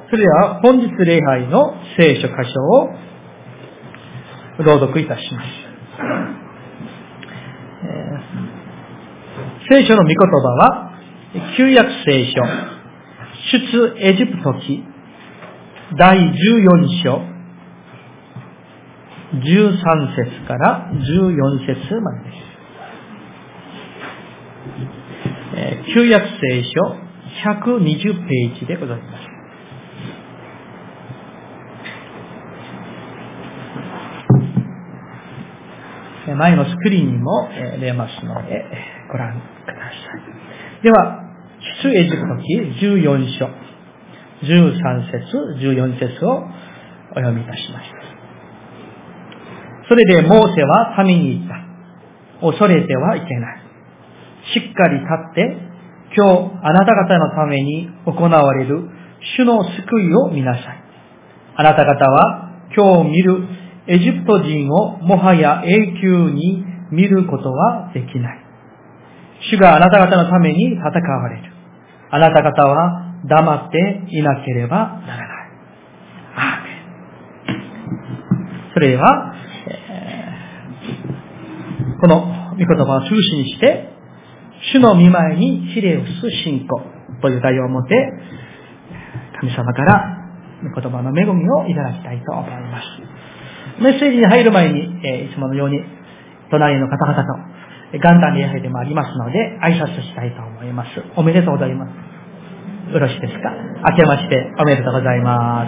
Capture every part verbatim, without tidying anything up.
それでは本日礼拝の聖書箇所を朗読いたします。聖書の御言葉は旧約聖書出エジプト記だいじゅうよん章じゅうさん節からじゅうよん節までです。旧約聖書ひゃくにじゅうページでございます。前のスクリーンにも出ますのでご覧ください。では、出エジプト記じゅうよん章じゅうさん節じゅうよん節をお読みいたします。それでモーセは民に言った。恐れてはいけない。しっかり立って今日あなた方のために行われる主の救いを見なさい。あなた方は今日見るエジプト人をもはや永久に見ることはできない。主があなた方のために戦われる。あなた方は黙っていなければならない。アーメン。それは、えー、この御言葉を中心にして主の御前にひれをす信仰という題を持って神様から御言葉の恵みをいただきたいと思います。メッセージに入る前に、えー、いつものように隣の方々と元旦礼拝でもありますので挨拶したいと思います。おめでとうございます。よろしいですか。明けましておめでとうございます。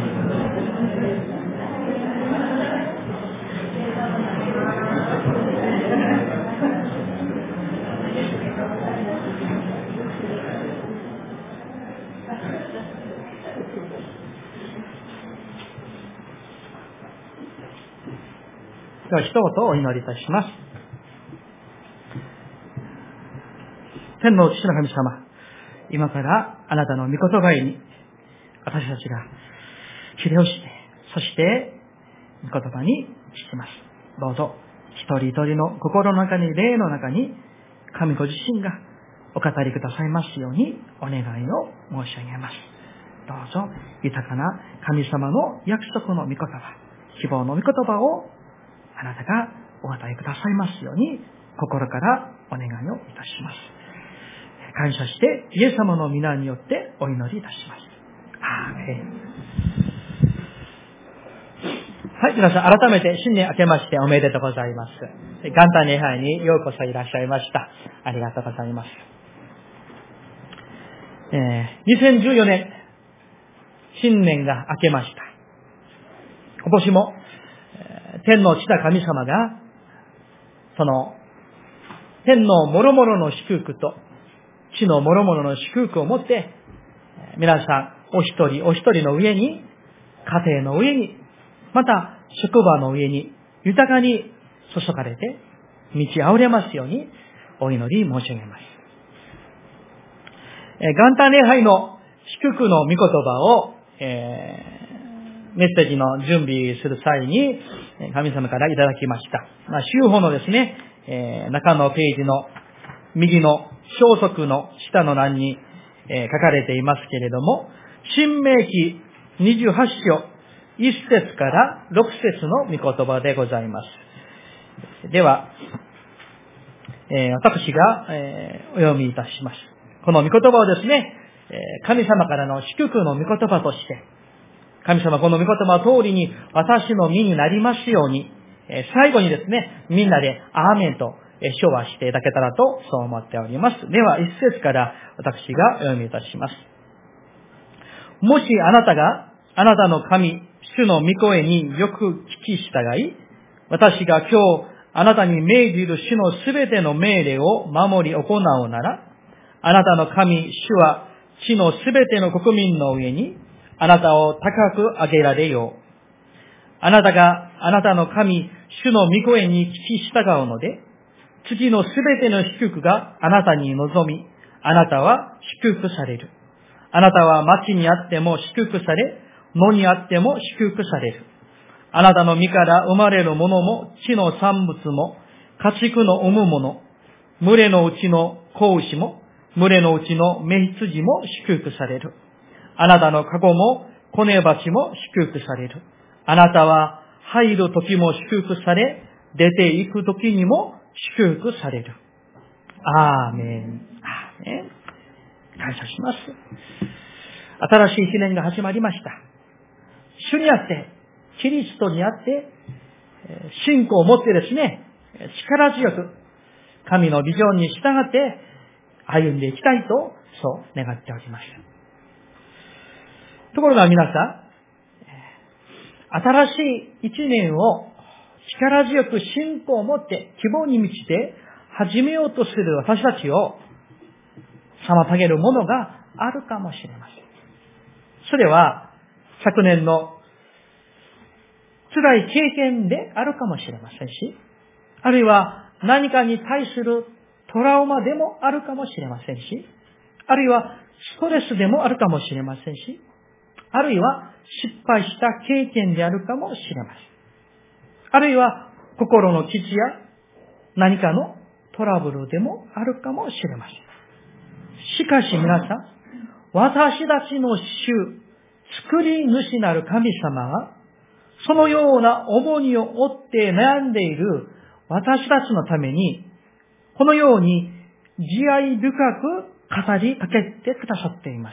では一言お祈りいたします。天の父の神様、今からあなたの御言葉に私たちがひれをして、そして御言葉に聞きます。どうぞ一人一人の心の中に、霊の中に神ご自身がお語りくださいますようにお願いを申し上げます。どうぞ豊かな神様の約束の御言葉、希望の御言葉をあなたがお与えくださいますように心からお願いをいたします。感謝してイエス様の皆によってお祈りいたします。アーメン。はい、皆さん改めて新年明けましておめでとうございます。元旦礼拝にようこそいらっしゃいました。ありがとうございます。えー、にせんじゅうよねん新年が明けました。今年も天の父な神様がその天の諸々の祝福と地の諸々の祝福をもって皆さんお一人お一人の上に、家庭の上に、また職場の上に豊かに注がれて満ち溢れますようにお祈り申し上げます。元旦礼拝の祝福の御言葉を、えー、メッセージの準備する際に神様からいただきました。まあ、週報のですね、えー、中のページの右の消息の下の欄に、えー、書かれていますけれども、新明記にじゅうはち章いち節からろく節の御言葉でございます。では、えー、私が、えー、お読みいたします。この御言葉をですね、えー、神様からの祝福の御言葉として、神様この御言葉通りに私の身になりますように、えー、最後にですね、みんなでアーメンと唱和していただけたらとそう思っております。では一節から私がお読みいたします。もしあなたがあなたの神主の御声によく聞き従い、私が今日あなたに命じる主のすべての命令を守り行うなら、あなたの神主は地のすべての国民の上にあなたを高く上げられよう。あなたがあなたの神主の御声に聞き従うので、次のすべての祝福があなたに望み、あなたは祝福される。あなたは町にあっても祝福され、野にあっても祝福される。あなたの身から生まれるものも、地の産物も、家畜の産むもの、群れのうちの子牛も、群れのうちの雌羊も祝福される。あなたの籠も骨鉢も祝福される。あなたは入る時も祝福され、出て行く時にも祝福される。アーメン。アーメン。感謝します。新しい一年が始まりました。主にあって、キリストにあって、信仰を持ってですね、力強く神のビジョンに従って歩んでいきたいと、そう願っておりました。ところが皆さん、新しい一年を力強く信仰を持って希望に満ちて始めようとする私たちを妨げるものがあるかもしれません。それは昨年の辛い経験であるかもしれませんし、あるいは何かに対するトラウマでもあるかもしれませんし、あるいはストレスでもあるかもしれませんし、あるいは失敗した経験であるかもしれません。あるいは心の傷や何かのトラブルでもあるかもしれません。しかし皆さん、私たちの主、作り主なる神様が、そのような重荷を負って悩んでいる私たちのために、このように慈愛深く語りかけてくださっています。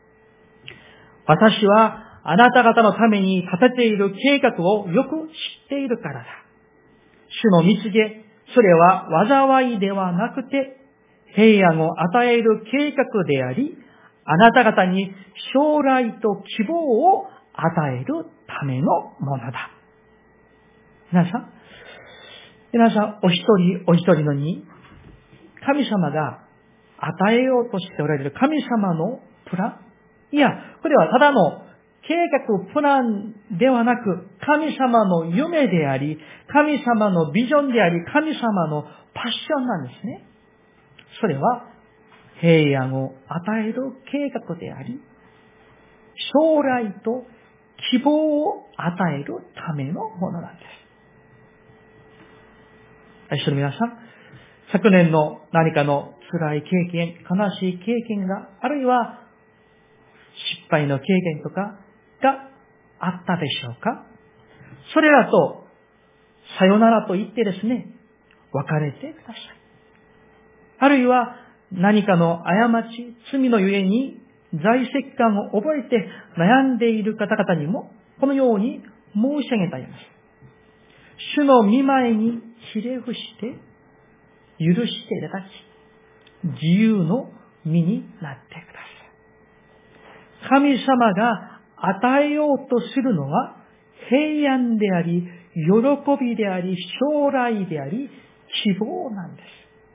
私はあなた方のために立てている計画をよく知っているからだ。主の蜜げ、それは災いではなくて、平安を与える計画であり、あなた方に将来と希望を与えるためのものだ。皆さん、皆さん、お一人お一人のに、神様が与えようとしておられる神様のプラン、いや、これはただの計画プランではなく、神様の夢であり、神様のビジョンであり、神様のパッションなんですね。それは平安を与える計画であり、将来と希望を与えるためのものなんです。愛する皆さん、昨年の何かの辛い経験、悲しい経験が、あるいは失敗の経験とかがあったでしょうか？それらとさよならと言ってですね、別れてください。あるいは何かの過ち、罪のゆえに在籍感を覚えて悩んでいる方々にもこのように申し上げたいです。主の御前にひれ伏して許していただき、自由の身になってください。神様が与えようとするのは平安であり、喜びであり、将来であり、希望なんです。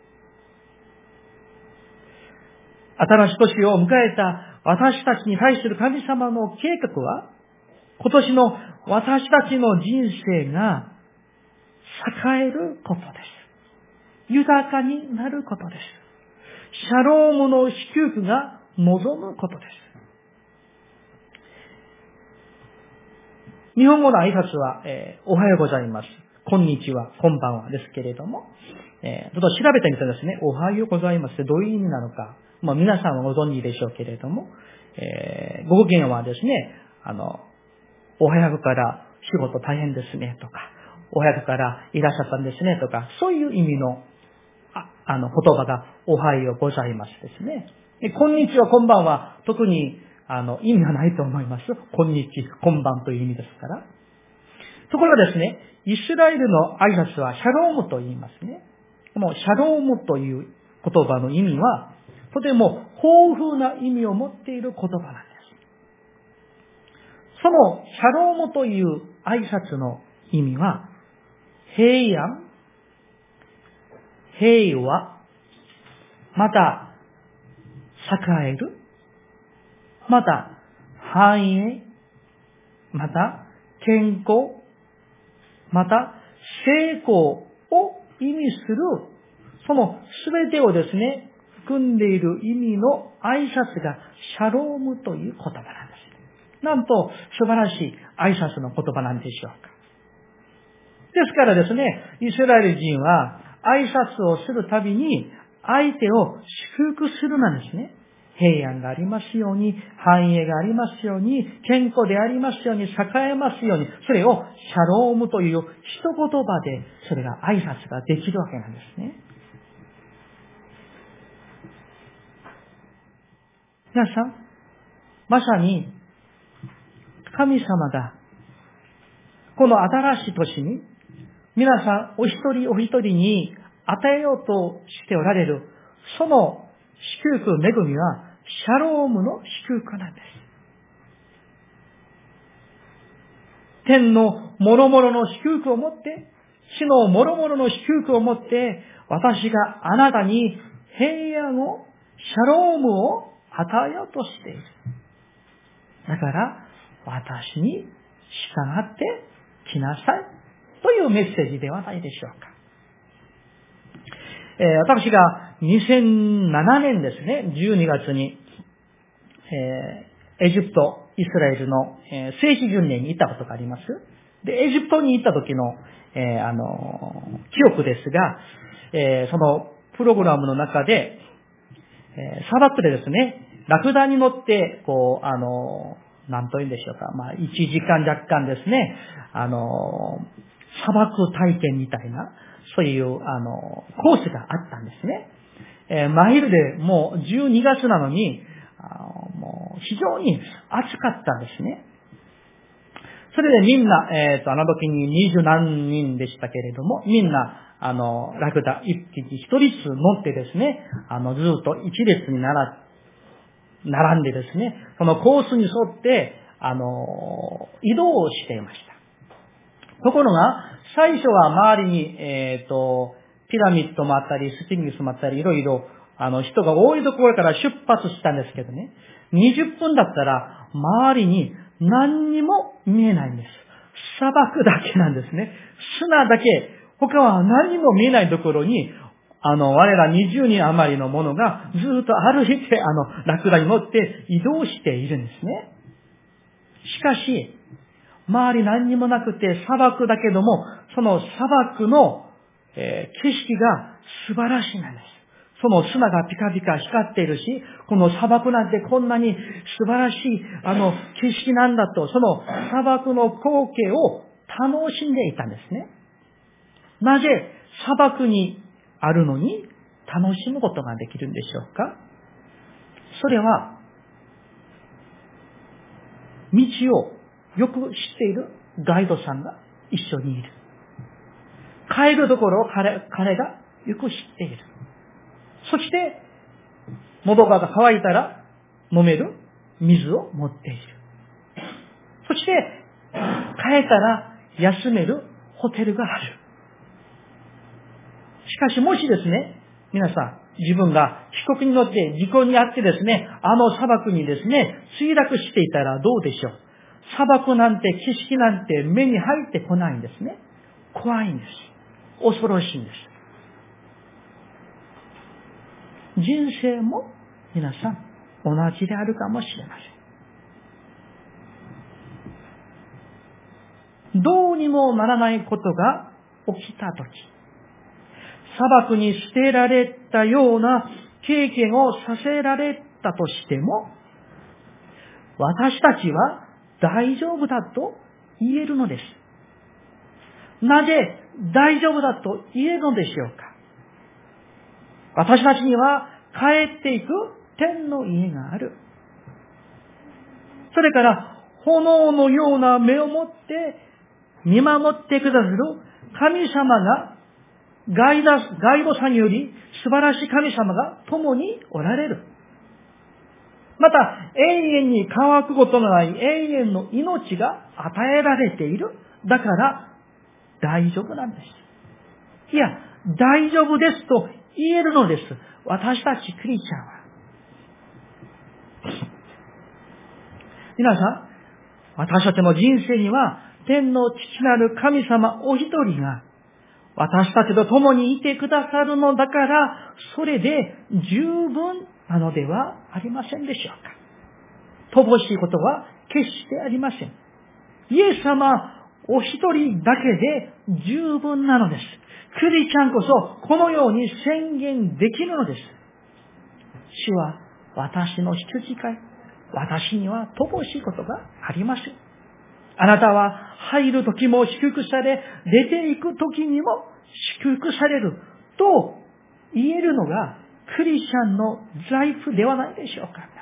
新しい年を迎えた私たちに対する神様の計画は、今年の私たちの人生が栄えることです。豊かになることです。シャロームの祝福が望むことです。日本語の挨拶は、えー、おはようございます。こんにちは、こんばんはですけれども、えー、ちょっと調べてみたらですね、おはようございますってどういう意味なのか、まあ皆さんはご存知でしょうけれども、えー、語源はですね、あの、お早くから仕事大変ですねとか、お早くからいらっしゃったんですねとか、そういう意味の、あ, あの言葉がおはようございますですね。でこんにちは、こんばんは、特にあの意味はないと思います。こんにち、こんばんという意味ですから。ところがですね、イスラエルの挨拶はシャロームと言いますね。このシャロームという言葉の意味は、とても豊富な意味を持っている言葉なんです。そのシャロームという挨拶の意味は、平安、平和、また栄える、また繁栄、また健康、また成功を意味する、そのすべてをですね、含んでいる意味の挨拶がシャロームという言葉なんです。なんと素晴らしい挨拶の言葉なんでしょうか。ですからですね、イスラエル人は挨拶をするたびに相手を祝福するなんですね。 平安がありますように、繁栄がありますように、健康でありますように、栄えますように、それをシャロームという一言葉で、それが挨拶ができるわけなんですね。皆さん、まさに、神様が、この新しい年に、皆さんお一人お一人に与えようとしておられる、その祝福、恵みは、シャロームの祝福なんです。天の諸々の祝福をもって、地の諸々の祝福をもって、私があなたに平安を、シャロームを与えようとしている。だから、私に従ってきなさい。というメッセージではないでしょうか。えー、私がにせんななねんですね、じゅうにがつに、えー、エジプト、イスラエルの、えー、聖地巡礼に行ったことがあります。で、エジプトに行った時の、えー、あのー、記憶ですが、えー、そのプログラムの中で、えー、砂漠でですね、ラクダに乗って、こう、あのー、なんと言うんでしょうか、まあ、いちじかん若干ですね、あのー、砂漠体験みたいな、そういう、あのー、コースがあったんですね。えー、マイルでもうじゅうにがつなのに、あもう非常に暑かったんですね。それでみんな、えっと、あの時に二十何人でしたけれども、みんな、あの、ラクダ一匹一人ずつ乗ってですね、あの、ずっと一列に並、並んでですね、そのコースに沿って、あの、移動をしていました。ところが、最初は周りに、えっと、ピラミッドもあったり、スフィンクスもあったり、いろいろ、あの、人が多いところから出発したんですけどね、にじゅっぷんだったら、周りに何にも見えないんです。砂漠だけなんですね。砂だけ、他は何も見えないところに、あの、我らにじゅうにん余りの者がずっと歩いて、あの、ラクダに乗って移動しているんですね。しかし、周り何にもなくて砂漠だけども、その砂漠の、えー、景色が素晴らしいなんです。その砂がピカピカ光っているし、この砂漠なんてこんなに素晴らしい、あの、景色なんだと、その砂漠の光景を楽しんでいたんですね。なぜ砂漠にあるのに楽しむことができるんでしょうか？それは、道をよく知っているガイドさんが一緒にいる。帰るところを彼、彼がよく知っている。そして、喉が渇いたら飲める水を持っている。そして、帰ったら休めるホテルがある。しかしもしですね、皆さん、自分が飛行機に乗って事故にあってですね、あの砂漠にですね、墜落していたらどうでしょう。砂漠なんて景色なんて目に入ってこないんですね。怖いんです。恐ろしいんです。人生も皆さん同じであるかもしれません。どうにもならないことが起きたとき、砂漠に捨てられたような経験をさせられたとしても、私たちは大丈夫だと言えるのです。なぜ大丈夫だと言えるのでしょうか。私たちには帰っていく天の家がある。それから炎のような目を持って見守ってくださる神様がガイダ、ガイドさんより素晴らしい神様が共におられる。また、永遠に乾くことのない永遠の命が与えられている。だから、大丈夫なんです。いや、大丈夫ですと言えるのです。私たちクリスチャンは。皆さん、私たちの人生には、天の父なる神様お一人が、私たちと共にいてくださるのだから、それで十分なのではありませんでしょうか。乏しいことは決してありません。イエス様お一人だけで十分なのです。クリスチャンこそこのように宣言できるのです。主は私の羊飼い。私には乏しいことがありません。あなたは入る時も祝福され、出ていく時にも祝福されると言えるのがクリスチャンの財布ではないでしょうか、皆さ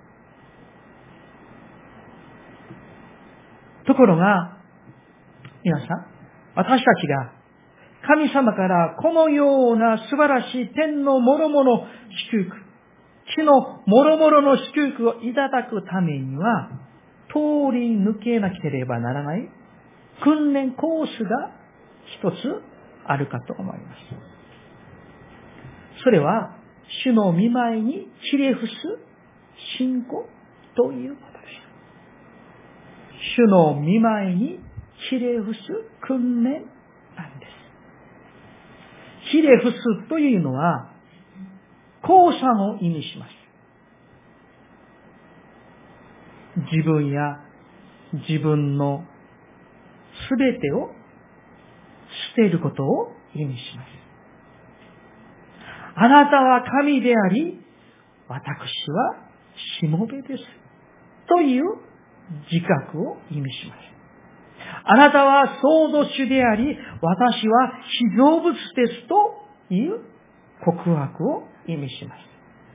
ん。ところが、皆さん、私たちが神様からこのような素晴らしい天の諸々の祝福、地の諸々の祝福をいただくためには、通り抜けなければならない訓練コースが一つあるかと思います。それは、主の御前にひれ伏す信仰ということです。主の御前にひれ伏す訓練なんです。ひれ伏すというのは、降参を意味します。自分や自分のすべてを捨てることを意味します。あなたは神であり、私はしもべです。という自覚を意味します。あなたは創造主であり、私は被造物ですという告白を意味します。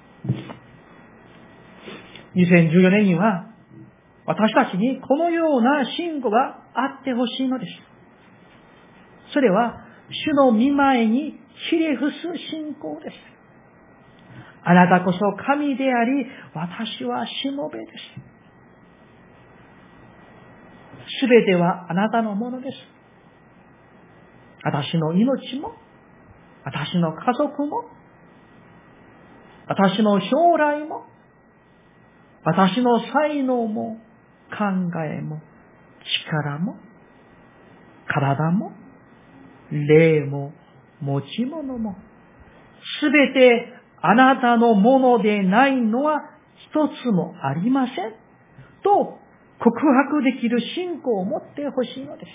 にせんじゅうよねんには、私たちにこのような信仰があってほしいのです。それは、主の御前にひれ伏す信仰です。あなたこそ神であり、私はしもべです。すべてはあなたのものです。私の命も、私の家族も、私の将来も、私の才能も、考えも、力も、体も、霊も、持ち物も、すべてあなたのものでないのは一つもありません。と告白できる信仰を持ってほしいのです。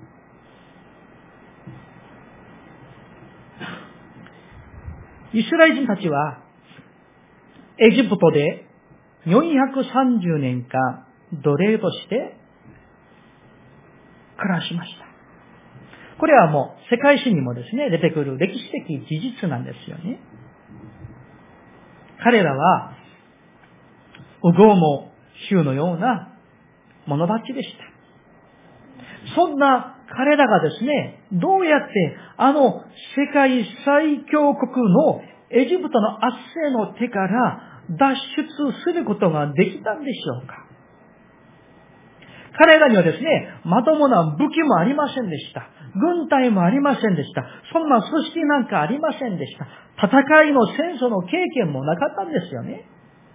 イスラエル人たちは、エジプトでよんひゃくさんじゅうねんかん奴隷として暮らしました。これはもう世界史にもですね、出てくる歴史的事実なんですよね。彼らは、ウゴーモ州のような者たちでした。そんな彼らがですね、どうやってあの世界最強国のエジプトの圧政の手から脱出することができたんでしょうか。彼らにはですね、まともな武器もありませんでした。軍隊もありませんでした。そんな組織なんかありませんでした。戦いの戦争の経験もなかったんですよね。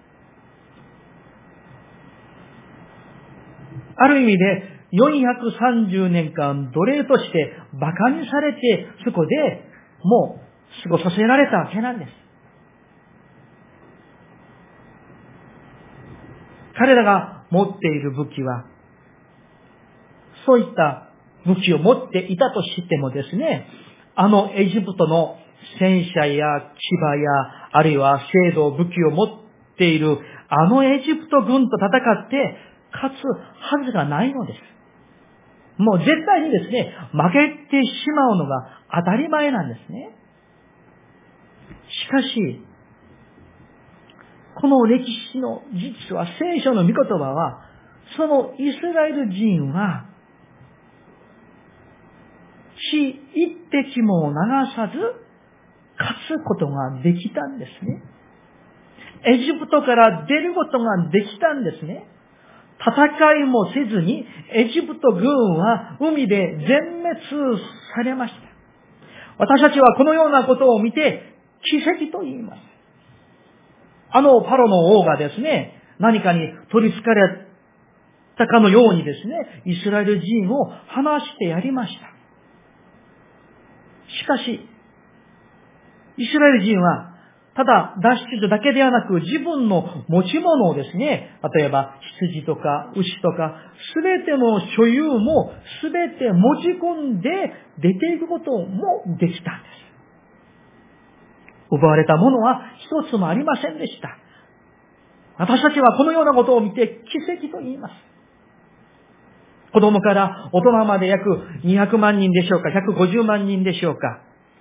ある意味でよんひゃくさんじゅうねんかん奴隷として馬鹿にされて、そこでもう過ごさせられたわけなんです。彼らが持っている武器は、そういった武器を持っていたとしてもですね、あのエジプトの戦車や騎馬や、あるいは精度武器を持っているあのエジプト軍と戦って勝つはずがないのです。もう絶対にですね、負けてしまうのが当たり前なんですね。しかし、この歴史の実は聖書の御言葉は、そのイスラエル人は、血一滴も流さず、勝つことができたんですね。エジプトから出ることができたんですね。戦いもせずに、エジプト軍は海で全滅されました。私たちはこのようなことを見て、奇跡と言います。あのパロの王がですね、何かに取り憑かれたかのようにですね、イスラエル人を離してやりました。しかし、イスラエル人は、ただ脱出だけではなく、自分の持ち物をですね、例えば羊とか牛とか、すべての所有もすべて持ち込んで出ていくこともできたんです。奪われたものは一つもありませんでした。 私たちはこのようなことを見て奇跡と言います。子供から大人まで約にひゃくまんにんでしょうか、ひゃくごじゅうまんにんでしょうか。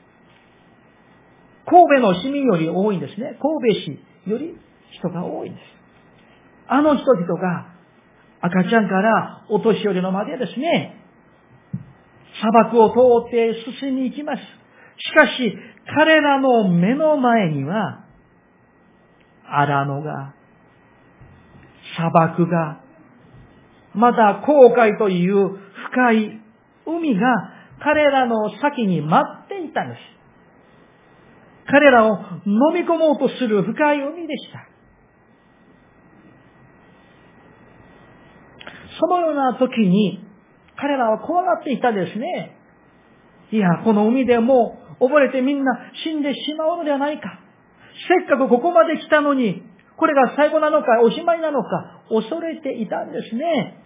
神戸の市民より多いんですね。神戸市より人が多いんです。あの人々が赤ちゃんからお年寄りのまでですね、砂漠を通って進みに行きます。しかし、彼らの目の前には、荒野が、砂漠が、また紅海という深い海が彼らの先に待っていたんです。彼らを飲み込もうとする深い海でした。そのような時に彼らは怖がっていたですね。いや、この海でもう溺れてみんな死んでしまうのではないか。せっかくここまで来たのに、これが最後なのかおしまいなのか恐れていたんですね。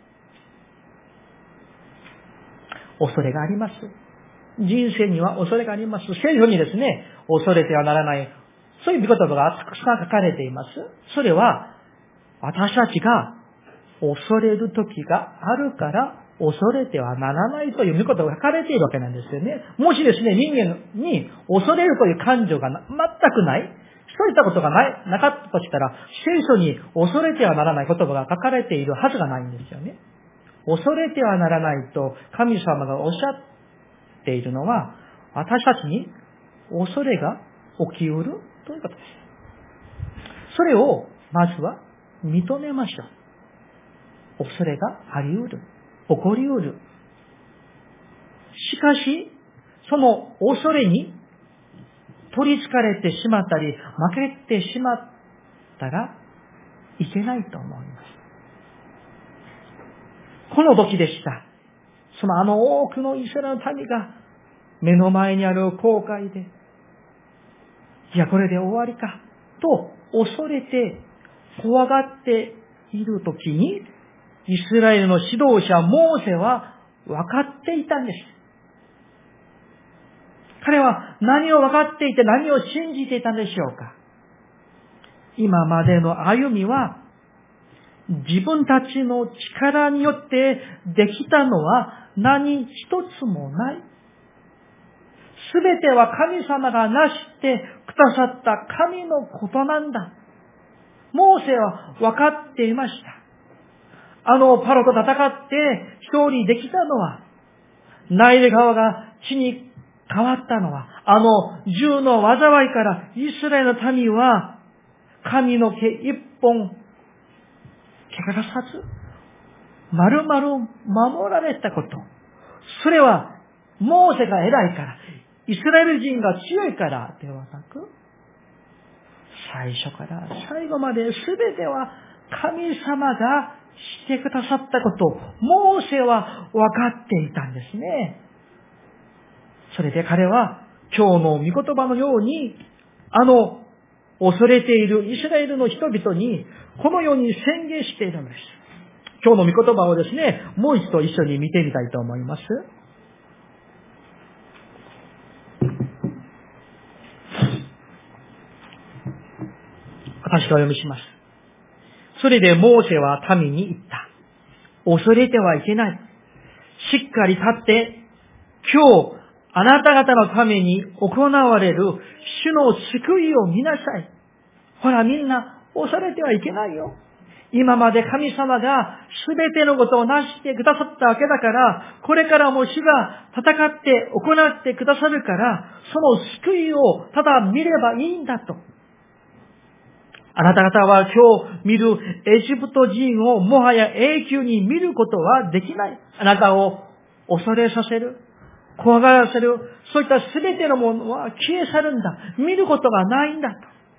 恐れがあります。人生には恐れがあります。聖書にですね、恐れてはならない、そういう見言葉がたくさん書かれています。それは、私たちが恐れる時があるから恐れてはならないという見言葉が書かれているわけなんですよね。もしですね、人間に恐れるという感情が全くない、そういったことがない、なかったとしたら、聖書に恐れてはならない言葉が書かれているはずがないんですよね。恐れてはならないと神様がおっしゃっているのは、私たちに恐れが起きうるということです。それをまずは認めましょう。恐れがありうる。起こりうる。しかし、その恐れに取り憑かれてしまったり、負けてしまったらいけないと思います。この時でした。そのあの多くのイスラエルの民が目の前にある紅海で、いや、これで終わりか、と恐れて怖がっている時に、イスラエルの指導者モーセは分かっていたんです。彼は何を分かっていて何を信じていたんでしょうか。今までの歩みは自分たちの力によってできたのは何一つもない。すべては神様がなしてくださった神のことなんだ。モーセは分かっていました。あのパロと戦って勝利できたのは、ナイル川が血に変わったのは、あの銃の災いからイスラエルの民は神の毛一本汚さず、丸々守られたこと。それはモーセが偉いから、イスラエル人が強いからではなく、最初から最後まで全ては神様がしてくださったことをモーセは分かっていたんですね。それで彼は今日の御言葉のように、あの恐れているイスラエルの人々にこのように宣言しているのです。今日の御言葉をですね、もう一度一緒に見てみたいと思います。私がお読みします。それでモーセは民に言った。恐れてはいけない。しっかり立って、今日あなた方のために行われる主の救いを見なさい。ほらみんな恐れてはいけないよ。今まで神様が全てのことをなしてくださったわけだから、これからも主が戦って行ってくださるから、その救いをただ見ればいいんだと。あなた方は今日見るエジプト人をもはや永久に見ることはできない。あなたを恐れさせる、怖がらせる、そういった全てのものは消え去るんだ。見ることがないんだと。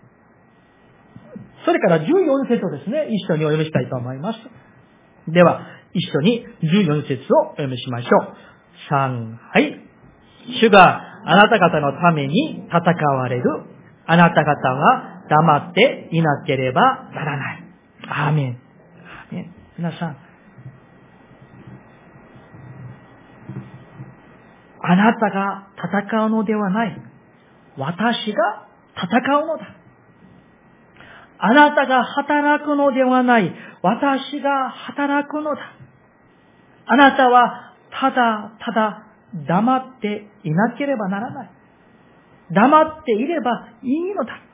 それからじゅうよん節をですね、一緒にお読みしたいと思います。では、一緒にじゅうよん節をお読みしましょう。さん、はい。主があなた方のために戦われる。あなた方は黙っていなければならない。アーメン。アーメン。皆さん、あなたが戦うのではない。私が戦うのだ。 あなたが働くのではない。私が働くのだ。あなたはただただ黙っていなければならない。黙っていればいいのだ。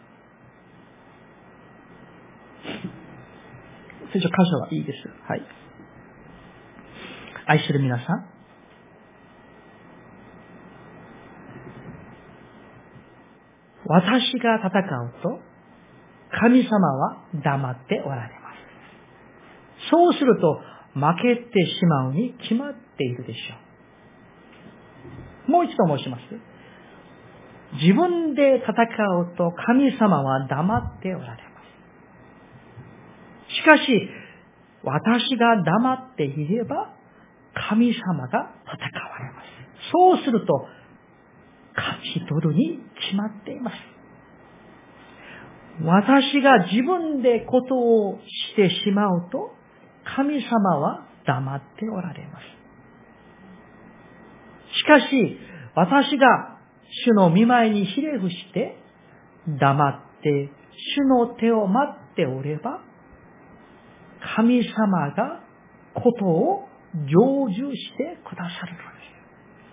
聖書箇所はいいです。はい。愛する皆さん。私が戦うと、神様は黙っておられます。そうすると、負けてしまうに決まっているでしょう。もう一度申します。自分で戦うと神様は黙っておられます。しかし、私が黙っていれば、神様が戦われます。そうすると、勝ち取るに決まっています。私が自分でことをしてしまうと、神様は黙っておられます。しかし、私が主の御前にひれ伏して、黙って主の手を待っておれば、神様がことを成就してくださるのです。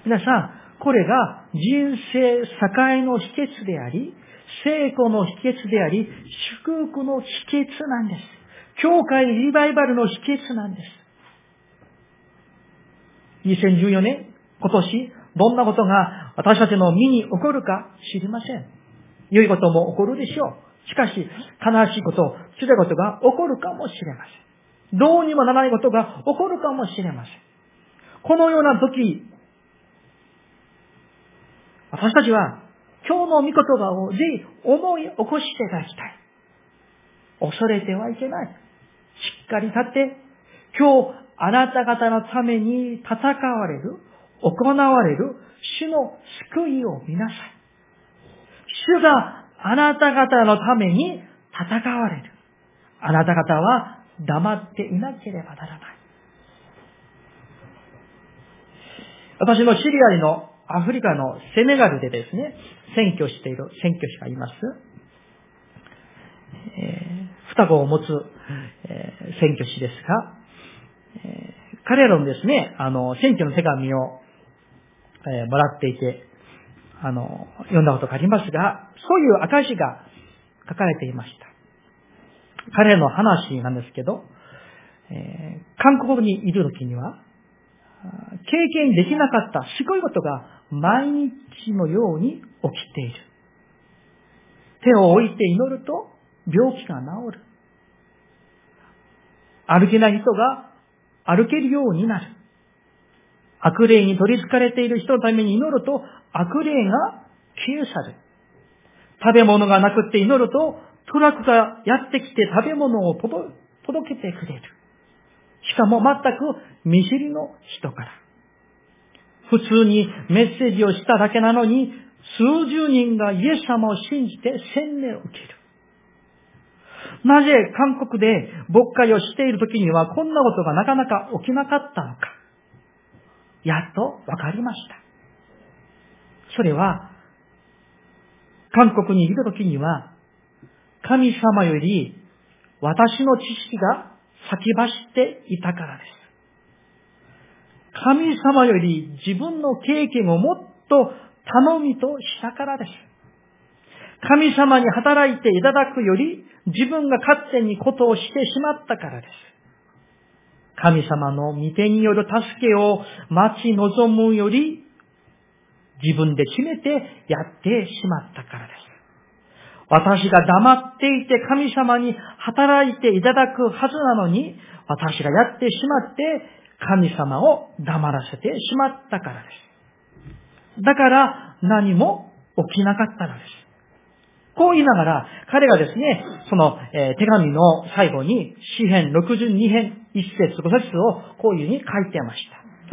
皆さん、これが人生栄の秘訣であり、成功の秘訣であり、祝福の秘訣なんです。教会リバイバルの秘訣なんです。にせんじゅうよねん、今年、どんなことが私たちの身に起こるか知りません。良いことも起こるでしょう。しかし、悲しいこと、辛いことが起こるかもしれません。どうにもならないことが起こるかもしれません。このような時、私たちは今日の御言葉をぜひ思い起こしていただきたい。恐れてはいけない。しっかり立って、今日あなた方のために戦われる、行われる主の救いを見なさい。主があなた方のために戦われる。あなた方は黙っていなければならない。私の知り合いのアフリカのセネガルでですね、選挙している選挙師がいます。えー、双子を持つ、えー、選挙師ですが、えー、彼らのですね、あの、選挙の手紙を、えー、もらっていて、あの、読んだことがありますが、そういう証が書かれていました。彼の話なんですけど、えー、韓国にいる時には、経験できなかったすごいことが毎日のように起きている。手を置いて祈ると病気が治る。歩けない人が歩けるようになる。悪霊に取り憑かれている人のために祈ると悪霊が消え去る。食べ物がなくって祈るとトラックがやってきて食べ物を届けてくれる。しかも全く見知りの人から。普通にメッセージをしただけなのに、数十人がイエス様を信じて洗礼を受ける。なぜ韓国で牧会をしている時にはこんなことがなかなか起きなかったのか。やっとわかりました。それは、韓国にいる時には、神様より私の知識が先走っていたからです。神様より自分の経験をもっと頼みとしたからです。神様に働いていただくより自分が勝手にことをしてしまったからです。神様の御手による助けを待ち望むより自分で決めてやってしまったからです。私が黙っていて神様に働いていただくはずなのに、私がやってしまって神様を黙らせてしまったからです。だから何も起きなかったのです。こう言いながら、彼がですね、その、えー、手紙の最後に詩編ろくじゅうにへんいっせつごせつをこういうふうに書いてました。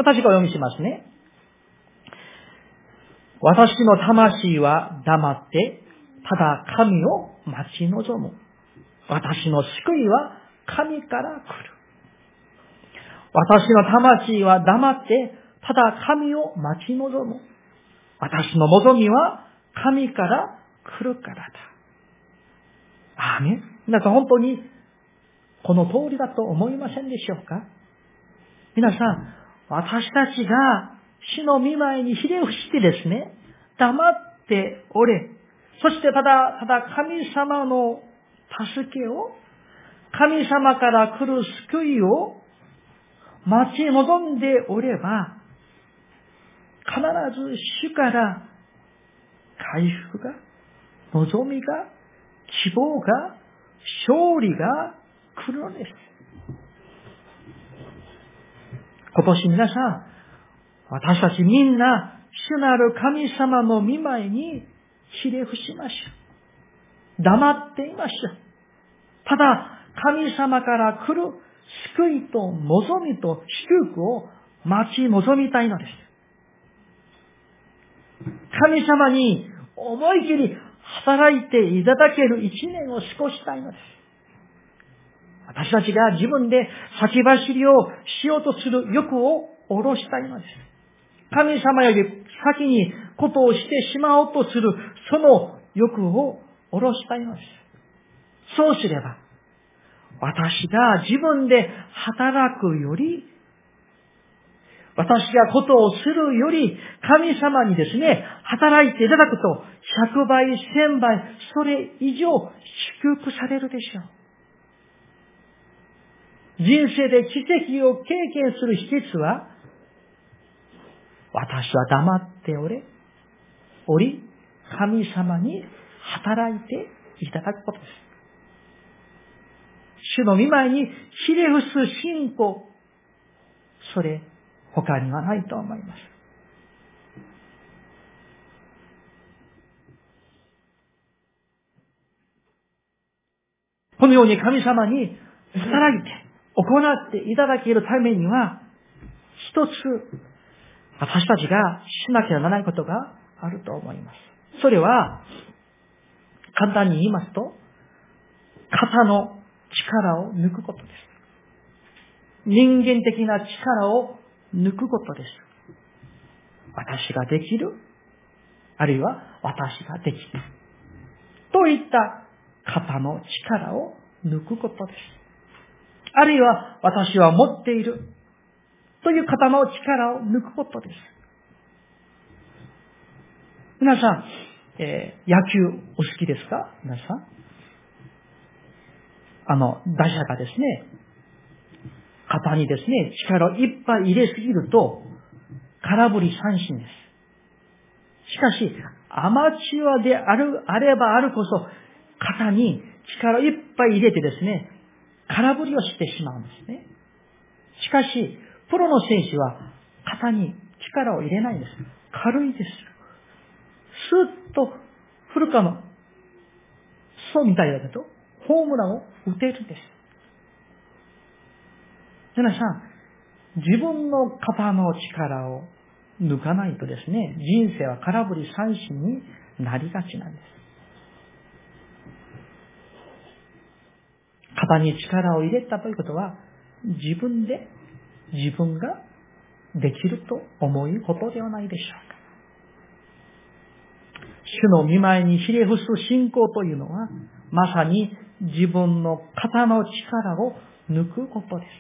私がお読みしますね。私の魂は黙って、ただ神を待ち望む。私の救いは神から来る。私の魂は黙って、ただ神を待ち望む。私の望みは神から来るからだ。アーメン。 皆さん本当にこの通りだと思いませんでしょうか？皆さん、私たちが主の御前にひれ伏してですね、黙っておれ、そしてただ、ただ神様の助けを、神様から来る救いを待ち望んでおれば、必ず主から回復が、望みが、希望が、勝利が来るのです。今年皆さん、私たちみんな、主なる神様の御前にひれ伏しましょう。黙っていましょう。ただ、神様から来る救いと望みと祝福を待ち望みたいのです。神様に思い切り働いていただける一年を過ごしたいのです。私たちが自分で先走りをしようとする欲を下ろしたいのです。神様より先にことをしてしまおうとするその欲を下ろしたいのです。そうすれば、私が自分で働くより、私がことをするより、神様にですね、働いていただくと、ひゃくばい、せんばい、それ以上祝福されるでしょう。人生で奇跡を経験する秘訣は、私は黙っておれ、おり、神様に働いていただくことです。主の御前にひれ伏す信仰、それ他にはないと思います。このように神様に働いて行っていただけるためには、一つ私たちがしなければならないことがあると思います。それは、簡単に言いますと、肩の力を抜くことです。人間的な力を抜くことです。私ができる、あるいは私ができる。といった肩の力を抜くことです。あるいは私は持っているという肩の力を抜くことです。皆さん、えー、野球お好きですか？皆さん。あの、打者がですね、肩にですね、力をいっぱい入れすぎると、空振り三振です。しかし、アマチュアである、あればあるこそ、肩に力をいっぱい入れてですね、空振りをしてしまうんですね。しかし、プロの選手は肩に力を入れないんです。軽いです。スッと振るかの、そうみたいだけど、ホームランを打てるんです。皆さん、自分の肩の力を抜かないとですね、人生は空振り三振になりがちなんです。肩に力を入れたということは、自分で自分ができると思うことではないでしょうか。主の御前にひれ伏す信仰というのは、まさに自分の肩の力を抜くことです。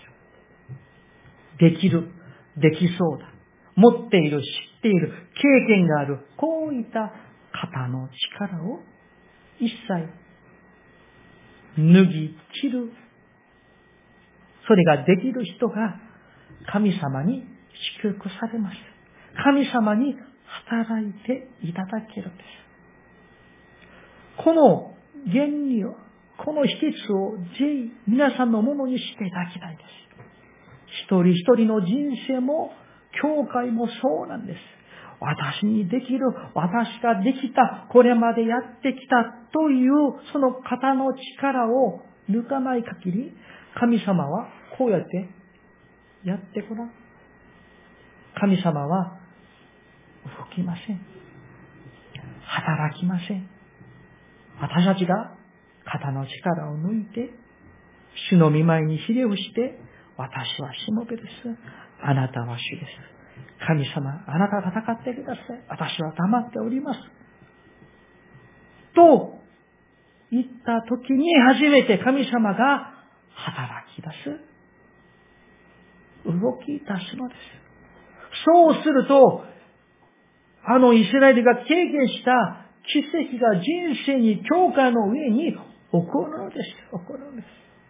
できる、できそうだ、持っている、知っている、経験がある、こういった肩の力を一切脱ぎ切る。それができる人が神様に祝福されます。神様に働いていただけるんです。この原理を、この秘訣をぜひ皆さんのものにしていただきたいです。一人一人の人生も、教会もそうなんです。私にできる、私ができた、これまでやってきたという、その肩の力を抜かない限り、神様はこうやってやってごらん。神様は動きません。働きません。私たちが肩の力を抜いて、主の御前にひれ伏して、私はしもべです。あなたは主です。神様、あなたは戦ってください。私は黙っております。と、 言った時に初めて神様が働き出す。動き出すのです。そうすると、あのイスラエルが経験した奇跡が人生に教会の上に起こるのです。起こるのです。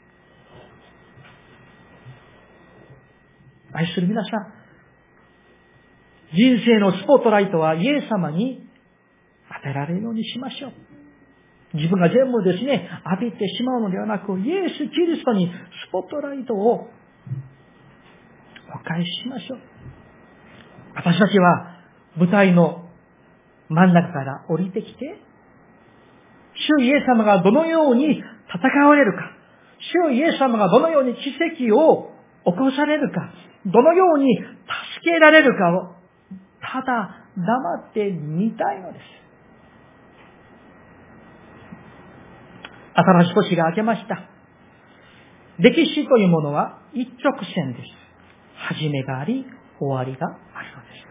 愛する皆さん、人生のスポットライトはイエス様に当てられるようにしましょう。自分が全部ですね、浴びてしまうのではなく、イエス・キリストにスポットライトをお返ししましょう。私たちは舞台の真ん中から降りてきて、主イエス様がどのように戦われるか、主イエス様がどのように奇跡を起こされるか、どのように助けられるかを、ただ黙って見たいのです。新しい年が明けました。歴史というものは一直線です。始めがあり、終わりがあるのです。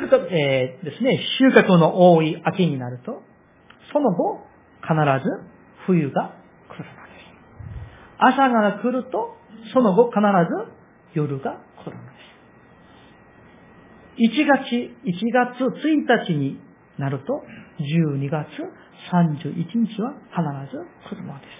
収穫、えー、ですね、収穫の多い秋になると、その後、必ず冬が来るのです。朝が来ると、その後必ず夜が来るのです。いちがつ、いちがつついたちになると、じゅうにがつさんじゅういちにちは必ず来るのです。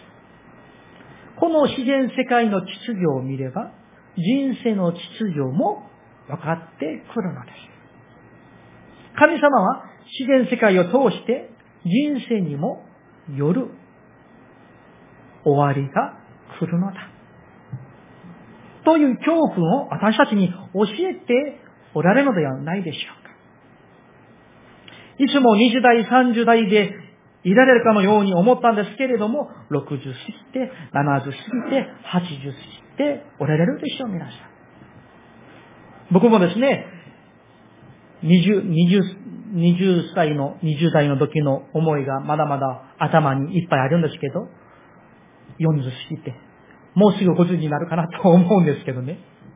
この自然世界の秩序を見れば、人生の秩序も分かってくるのです。神様は自然世界を通して人生にも夜終わりが来るのだ。という教訓を私たちに教えておられるのではないでしょうか。いつもにじゅうだい、さんじゅうだいでいられるかのように思ったんですけれども、ろくじゅう過ぎて、ななじゅう過ぎて、はちじゅう過ぎておられるでしょう、皆さん。僕もですね、にじゅう、にじゅう、にじゅっさいの、にじゅうだいの時の思いがまだまだ頭にいっぱいあるんですけど、よんじゅう過ぎて、もうすぐごじゅうになるかなと思うんですけどね。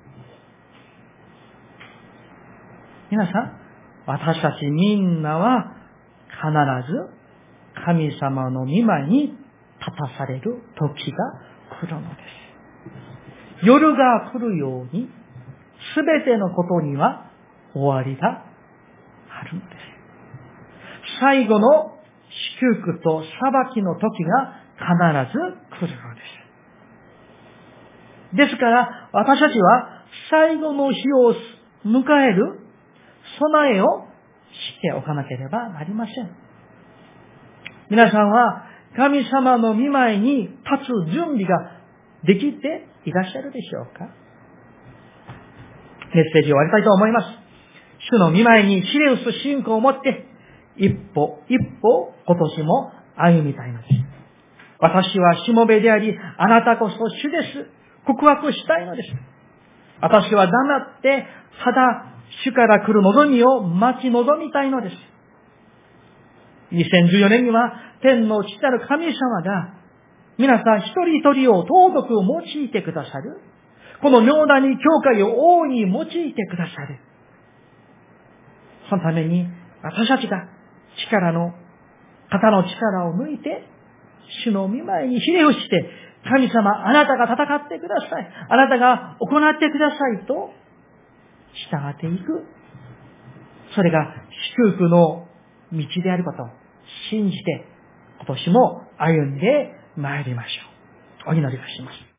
皆さん、私たちみんなは必ず神様の御前に立たされる時が来るのです。夜が来るように、すべてのことには終わりがあるのです。最後の祝福と裁きの時が必ず来るのです。ですから、私たちは最後の日を迎える備えをしておかなければなりません。皆さんは神様の御前に立つ準備ができていらっしゃるでしょうか。メッセージを終わりたいと思います。主の御前にひれ伏す信仰を持って一歩一歩今年も歩みたいのです。私はしもべであり、あなたこそ主です。告白したいのです。私は黙ってただ主から来る望みを待ち望みたいのです。にせんじゅうよねんには天の父なる神様が皆さん一人一人を尊く用いてくださる。この妙なに教会を大いに用いてくださる。そのために私たちが力の、肩の力を抜いて主の御前にひれ伏して、神様あなたが戦ってください。あなたが行ってくださいと従っていく。それが祝福の道であることを信じて今年も歩んでまいりましょう。お祈りいたします。